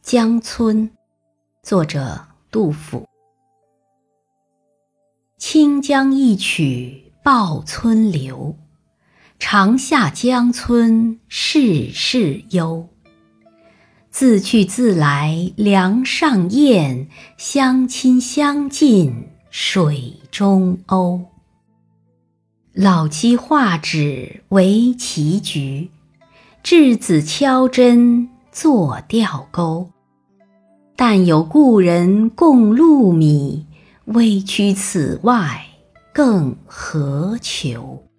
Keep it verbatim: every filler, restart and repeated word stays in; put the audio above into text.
江村，作者杜甫。清江一曲报村流，长下江村事事幽。自去自来梁上燕，相亲相近水中鸥。老妻画纸为棋局，稚子敲针作钓钩。但有故人共禄米，微躯此外更何求？